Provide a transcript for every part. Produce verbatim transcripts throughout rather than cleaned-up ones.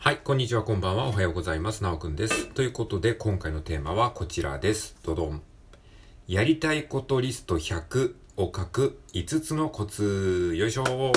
はい、こんにちは、こんばんは、おはようございます。なおくんです。ということで、今回のテーマはこちらです。どどん。やりたいことリストひゃくを書くいつつのコツ。よいしょ。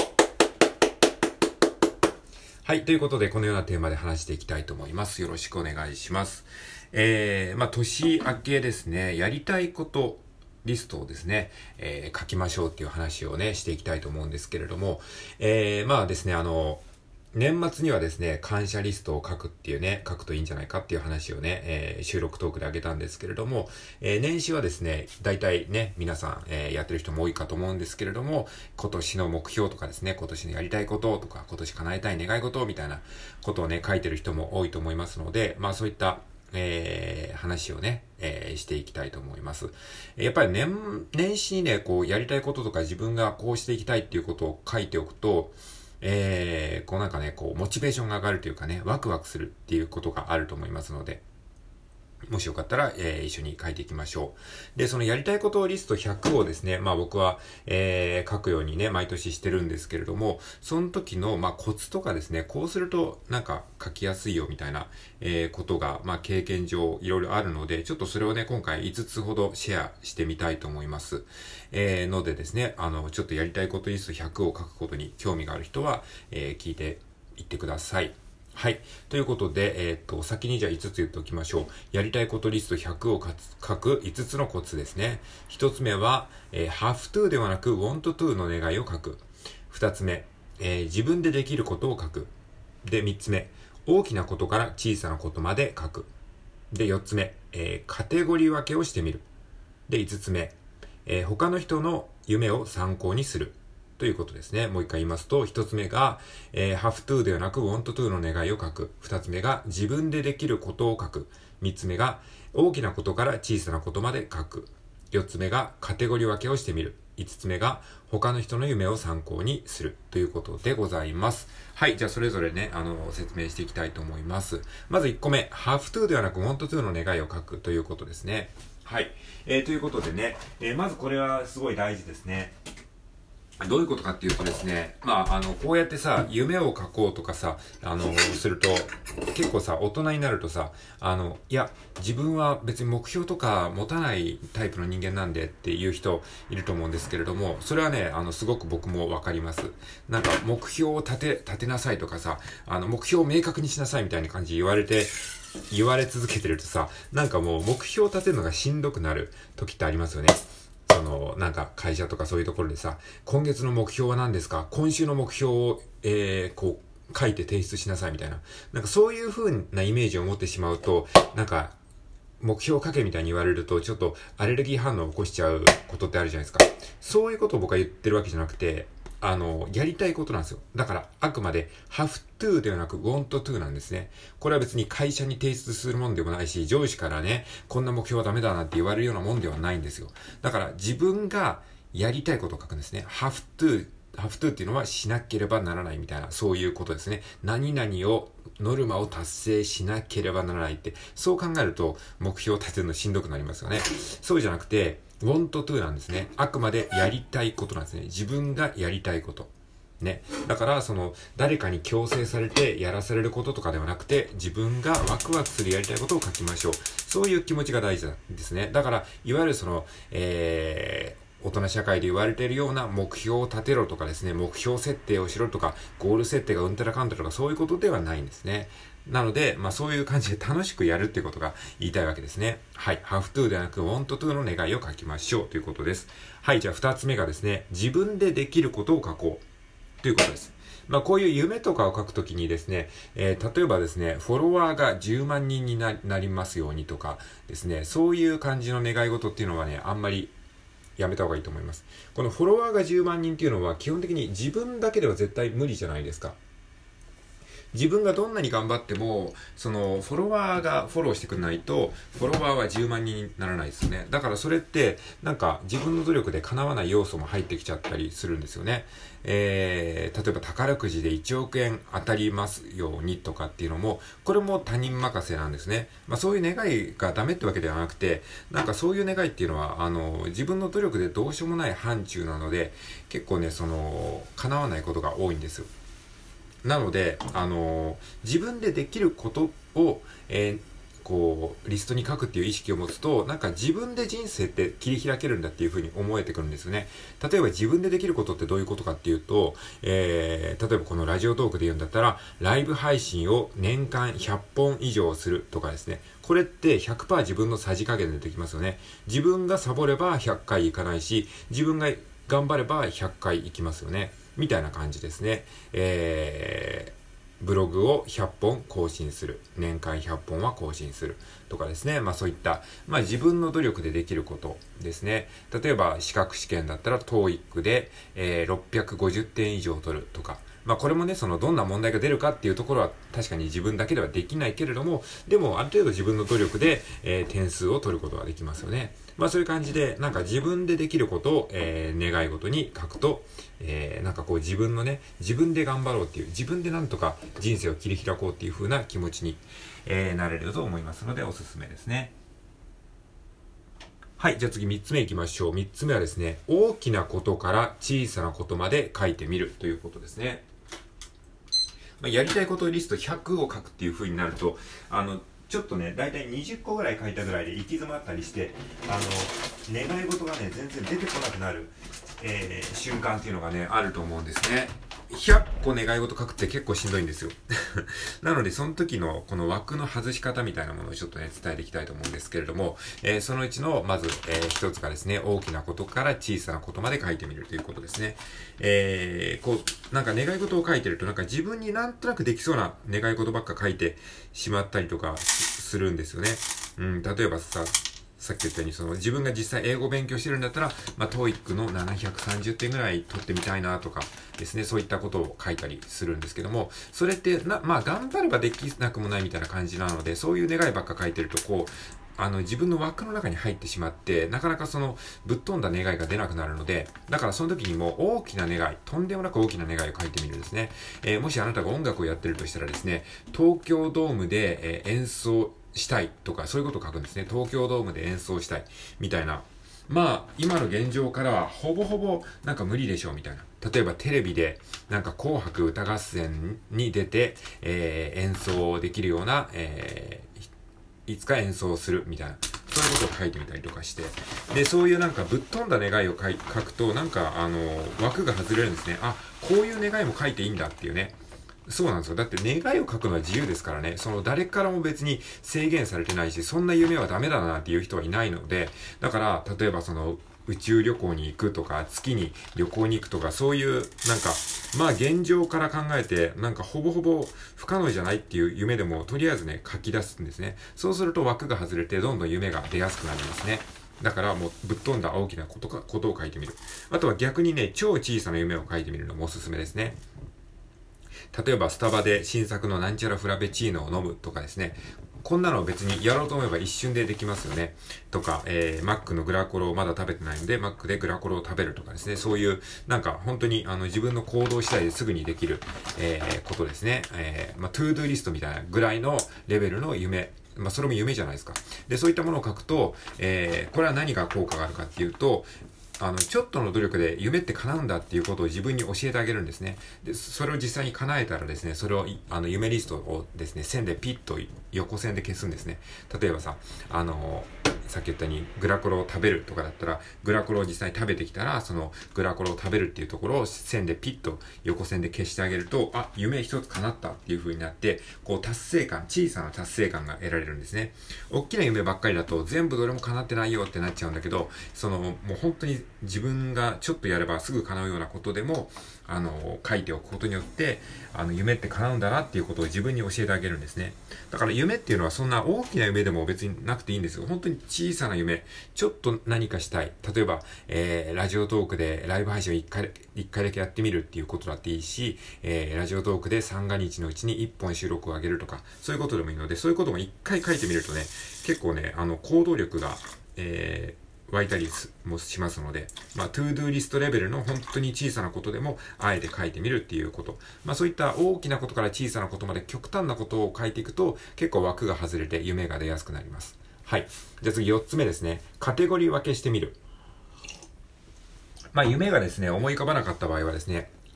はい、ということで、このようなテーマで話していきたいと思います。よろしくお願いします。えー、まあ、年明けですね、やりたいことリストをですね、えー、書きましょうっていう話をね、していきたいと思うんですけれども、えー、まあですね、あの、年末にはですね、感謝リストを書くっていうね、書くといいんじゃないかっていう話をね、えー、収録トークであげたんですけれども、えー、年始はですね、大体ね、皆さん、えー、やってる人も多いかと思うんですけれども、今年の目標とかですね、今年のやりたいこととか、今年叶えたい願い事みたいなことをね、書いてる人も多いと思いますので、まあそういったえー、話をね、えー、していきたいと思います。やっぱり年、年始にね、こう、やりたいこととか自分がこうしていきたいっていうことを書いておくと、えー、こうなんかね、こう、モチベーションが上がるというかね、ワクワクするっていうことがあると思いますので、もしよかったら、えー、一緒に書いていきましょう。で、そのやりたいことリストひゃくをですね、まあ僕は、えー、書くようにね、毎年してるんですけれども、その時の、まあコツとかですね、こうするとなんか書きやすいよみたいな、えー、ことが、まあ経験上いろいろあるので、ちょっとそれをね、今回いつつほどシェアしてみたいと思います。えー、のでですね、あの、ちょっとやりたいことリストひゃくを書くことに興味がある人は、えー、聞いていってください。はい。ということで、えっと、先にじゃあいつつ言っておきましょう。やりたいことリストひゃくを書くいつつのコツですね。ひとつめは、えー、have to ではなく want to の願いを書く。ふたつめ、えー、自分でできることを書く。で、みっつめ、大きなことから小さなことまで書く。で、よっつめ、えー、カテゴリー分けをしてみる。で、いつつめ、えー、他の人の夢を参考にする。ということですね。もう一回言いますと、一つ目が、えー、have to ではなく want to の願いを書く。二つ目が、自分でできることを書く。三つ目が、大きなことから小さなことまで書く。四つ目が、カテゴリー分けをしてみる。五つ目が、他の人の夢を参考にする。ということでございます。はい。じゃあ、それぞれね、あの、説明していきたいと思います。まず一個目、have to ではなく want to の願いを書くということですね。はい。えー、ということでね、えー、まずこれはすごい大事ですね。どういうことかっていうとですね、まあ、あの、こうやってさ、夢を書こうとかさ、あの、すると、結構さ、大人になるとさ、あの、いや、自分は別に目標とか持たないタイプの人間なんでっていう人いると思うんですけれども、それはね、あの、すごく僕もわかります。なんか、目標を立て、立てなさいとかさ、あの、目標を明確にしなさいみたいな感じで言われて、言われ続けてるとさ、なんかもう目標を立てるのがしんどくなる時ってありますよね。その、なんか会社とかそういうところでさ、今月の目標は何ですか？今週の目標を、えー、こう、書いて提出しなさいみたいな。なんかそういう風なイメージを持ってしまうと、なんか、目標を書けみたいに言われると、ちょっとアレルギー反応を起こしちゃうことってあるじゃないですか。そういうことを僕は言ってるわけじゃなくて、あの、やりたいことなんですよ。だから、あくまで have to ではなく want to なんですね。これは別に会社に提出するもんでもないし、上司からね、こんな目標はダメだなって言われるようなもんではないんですよ。だから、自分がやりたいことを書くんですね。have to have to っていうのはしなければならないみたいな、そういうことですね。何々を、ノルマを達成しなければならないって、そう考えると目標を立てるのしんどくなりますよね。そうじゃなくて、want to なんですね。あくまでやりたいことなんですね。自分がやりたいこと。ね。だから、その、誰かに強制されてやらされることとかではなくて、自分がワクワクするやりたいことを書きましょう。そういう気持ちが大事なんですね。だから、いわゆるその、えー、大人社会で言われているような目標を立てろとかですね、目標設定をしろとか、ゴール設定がうんたらかんたらとかそういうことではないんですね。なので、まあそういう感じで楽しくやるっていうことが言いたいわけですね。はい。have to ではなく want to の願いを書きましょうということです。はい。じゃあ二つ目がですね、自分でできることを書こうということです。まあこういう夢とかを書くときにですね、えー、例えばですね、フォロワーがじゅうまんにんに な, なりますようにとかですね、そういう感じの願い事っていうのはね、あんまりやめた方がいいと思います。このフォロワーがじゅうまんにんっていうのは基本的に自分だけでは絶対無理じゃないですか。自分がどんなに頑張っても、そのフォロワーがフォローしてくれないと、フォロワーはじゅうまんにんにならないですよね。だからそれって、なんか自分の努力で叶わない要素も入ってきちゃったりするんですよね。えー、例えば宝くじでいちおくえん当たりますようにとかっていうのも、これも他人任せなんですね。まあそういう願いがダメってわけではなくて、なんかそういう願いっていうのは、あの、自分の努力でどうしようもない範疇なので、結構ね、その、叶わないことが多いんですよ。 なので、あのー、自分でできることを、えーこうリストに書くっていう意識を持つと、なんか自分で人生って切り開けるんだっていう風に思えてくるんですよね。例えば自分でできることってどういうことかっていうと、えー、例えばこのラジオトークで言うんだったら、ライブ配信を年間ひゃっぽん以上するとかですね。これって ひゃくパーセント 自分のさじ加減でできますよね。自分がサボればひゃっかい行かないし、自分が頑張ればひゃっかい行きますよね。みたいな感じですね。えーブログをひゃっぽん更新する。年間ひゃっぽんは更新する。とかですね。まあそういった、まあ自分の努力でできることですね。例えば資格試験だったら トーイック で、えー、ろっぴゃくごじゅってん以上取るとか。まあこれもね、そのどんな問題が出るかっていうところは確かに自分だけではできないけれども、でもある程度自分の努力で、えー、点数を取ることができますよね。まあそういう感じで、なんか自分でできることを、えー、願い事に書くと、えー、なんかこう自分のね、自分で頑張ろうっていう、自分でなんとか人生を切り開こうっていう風な気持ちに、えー、なれると思いますのでおすすめですね。はい、じゃあ次みっつめいきましょう。みっつめはですね、大きなことから小さなことまで書いてみるということですね。まあ、やりたいことリストひゃくを書くっていう風になると、あの、ちょっとね、だいたいにじゅっこぐらい書いたぐらいで行き詰まったりして、あの、願い事がね、全然出てこなくなる、えー、瞬間っていうのがね、あると思うんですね。ひゃっこ願い事書くって結構しんどいんですよ。なので、その時のこの枠の外し方みたいなものをちょっとね、伝えていきたいと思うんですけれども、えー、そのうちの、まず、えー、一つがですね、大きなことから小さなことまで書いてみるということですね。えー、こう、なんか願い事を書いてると、なんか自分になんとなくできそうな願い事ばっか書いてしまったりとかするんですよね。うん、例えばさ、さっき言ったように、その自分が実際英語を勉強してるんだったら、まあ、トーイック のななひゃくさんじゅってんぐらい取ってみたいなとかですね、そういったことを書いたりするんですけども、それってな、まあ、頑張ればできなくもないみたいな感じなので、そういう願いばっか書いてると、こう、あの、自分の枠の中に入ってしまって、なかなかその、ぶっ飛んだ願いが出なくなるので、だからその時にも大きな願い、とんでもなく大きな願いを書いてみるんですね。えー、もしあなたが音楽をやってるとしたらですね、東京ドームで、えー、演奏、したいとか、そういうことを書くんですね。東京ドームで演奏したい。みたいな。まあ、今の現状からは、ほぼほぼ、なんか無理でしょう、みたいな。例えばテレビで、なんか紅白歌合戦に出て、えー、演奏できるような、えー、いつか演奏する、みたいな。そういうことを書いてみたりとかして。で、そういうなんかぶっ飛んだ願いを書い書くと、なんか、あの、枠が外れるんですね。あ、こういう願いも書いていいんだっていうね。そうなんですよ。だって願いを書くのは自由ですからね。その誰からも別に制限されてないし、そんな夢はダメだなっていう人はいないので、だから、例えばその宇宙旅行に行くとか、月に旅行に行くとか、そういう、なんか、まあ現状から考えて、なんかほぼほぼ不可能じゃないっていう夢でも、とりあえずね、書き出すんですね。そうすると枠が外れて、どんどん夢が出やすくなりますね。だからもうぶっ飛んだ大きなことか、ことを書いてみる。あとは逆にね、超小さな夢を書いてみるのもおすすめですね。例えばスタバで新作のなんちゃらフラペチーノを飲むとかですね。こんなの別にやろうと思えば一瞬でできますよね。とか、えー、マックのグラコロをまだ食べてないので、マックでグラコロを食べるとかですね。そういう、なんか本当にあの自分の行動次第ですぐにできる、えー、ことですね。えー、まあ、トゥードゥーリストみたいなぐらいのレベルの夢。まあ、それも夢じゃないですか。で、そういったものを書くと、えー、これは何が効果があるかっていうと、あの、ちょっとの努力で夢って叶うんだっていうことを自分に教えてあげるんですね。で、それを実際に叶えたらですね、それを、あの、夢リストをですね、線でピッと横線で消すんですね。例えばさ、あの、さっき言ったようにグラコロを食べるとかだったら、グラコロを実際に食べてきたら、そのグラコロを食べるっていうところを線でピッと横線で消してあげると、あ、夢一つ叶ったっていう風になって、こう達成感、小さな達成感が得られるんですね。大きな夢ばっかりだと全部どれも叶ってないよってなっちゃうんだけど、そのもう本当に自分がちょっとやればすぐ叶うようなことでも、あの、書いておくことによって、あの、夢って叶うんだなっていうことを自分に教えてあげるんですね。だから夢っていうのはそんな大きな夢でも別になくていいんですよ。本当に小さな夢。ちょっと何かしたい。例えば、えー、ラジオトークでライブ配信を一回、一回だけやってみるっていうことだっていいし、えー、ラジオトークで三が日のうちに一本収録を上げるとか、そういうことでもいいので、そういうことも一回書いてみるとね、結構ね、あの、行動力が、えー、湧いたりもしますので、まあ、トゥードゥーリストレベルの本当に小さなことでも、あえて書いてみるっていうこと。まあ、そういった大きなことから小さなことまで極端なことを書いていくと、結構枠が外れて夢が出やすくなります。はい。じゃあ次よっつめですね。カテゴリー分けしてみる。まあ、夢がですね、思い浮かばなかった場合はですね、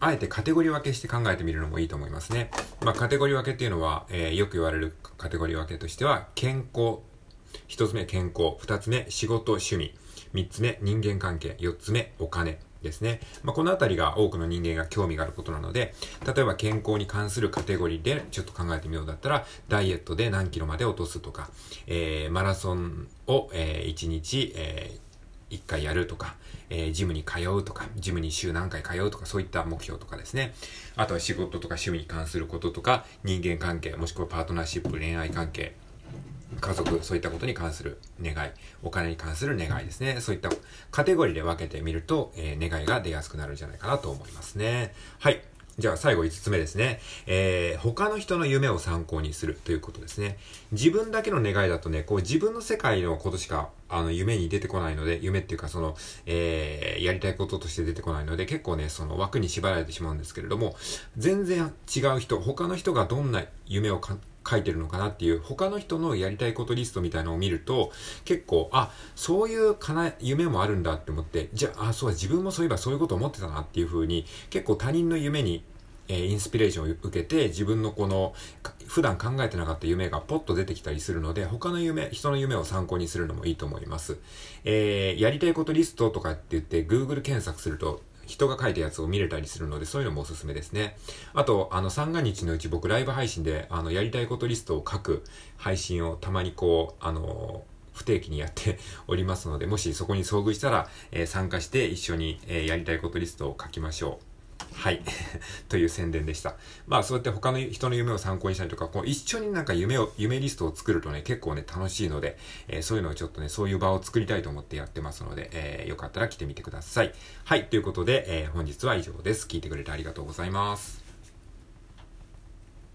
あえてカテゴリー分けして考えてみるのもいいと思いますね。まあ、カテゴリー分けっていうのは、えー、よく言われるカテゴリー分けとしては、健康。一つ目、健康。二つ目、仕事、趣味。三つ目、人間関係。四つ目、お金。ですね。まあ、このあたりが多くの人間が興味があることなので、例えば健康に関するカテゴリーでちょっと考えてみようだったら、ダイエットで何キロまで落とすとか、えー、マラソンを、えー、いちにち、えー、いっかいやるとか、えー、ジムに通うとか、ジムに週何回通うとか、そういった目標とかですね。あとは仕事とか趣味に関することとか、人間関係、もしくはパートナーシップ、恋愛関係、家族、そういったことに関する願い、お金に関する願いですね。そういったカテゴリーで分けてみると、えー、願いが出やすくなるんじゃないかなと思いますね。はい。じゃあ最後いつつめですね。えー、他の人の夢を参考にするということですね。自分だけの願いだとね、こう自分の世界のことしか、あの、夢に出てこないので、夢っていうかその、えー、やりたいこととして出てこないので、結構ね、その枠に縛られてしまうんですけれども、全然違う人、他の人がどんな夢をか書いてるのかなっていう他の人のやりたいことリストみたいなのを見ると結構あそういうかな夢もあるんだって思ってじゃああそうだ自分もそういえばそういうこと思ってたなっていう風に結構他人の夢に、えー、インスピレーションを受けて自分のこの普段考えてなかった夢がポッと出てきたりするので他の夢人の夢を参考にするのもいいと思います、えー、やりたいことリストとかって言って Google 検索すると人が書いたやつを見れたりするので、そういうのもおすすめですね。あと、あの、三が日のうち僕ライブ配信で、あの、やりたいことリストを書く配信をたまにこう、あの、不定期にやっておりますので、もしそこに遭遇したら、えー、参加して一緒に、えー、やりたいことリストを書きましょう。はい。という宣伝でした。まあそうやって他の人の夢を参考にしたりとか、こう一緒になんか夢を、夢リストを作るとね、結構ね、楽しいので、えー、そういうのをちょっとね、そういう場を作りたいと思ってやってますので、えー、よかったら来てみてください。はい。ということで、えー、本日は以上です。聞いてくれてありがとうございます。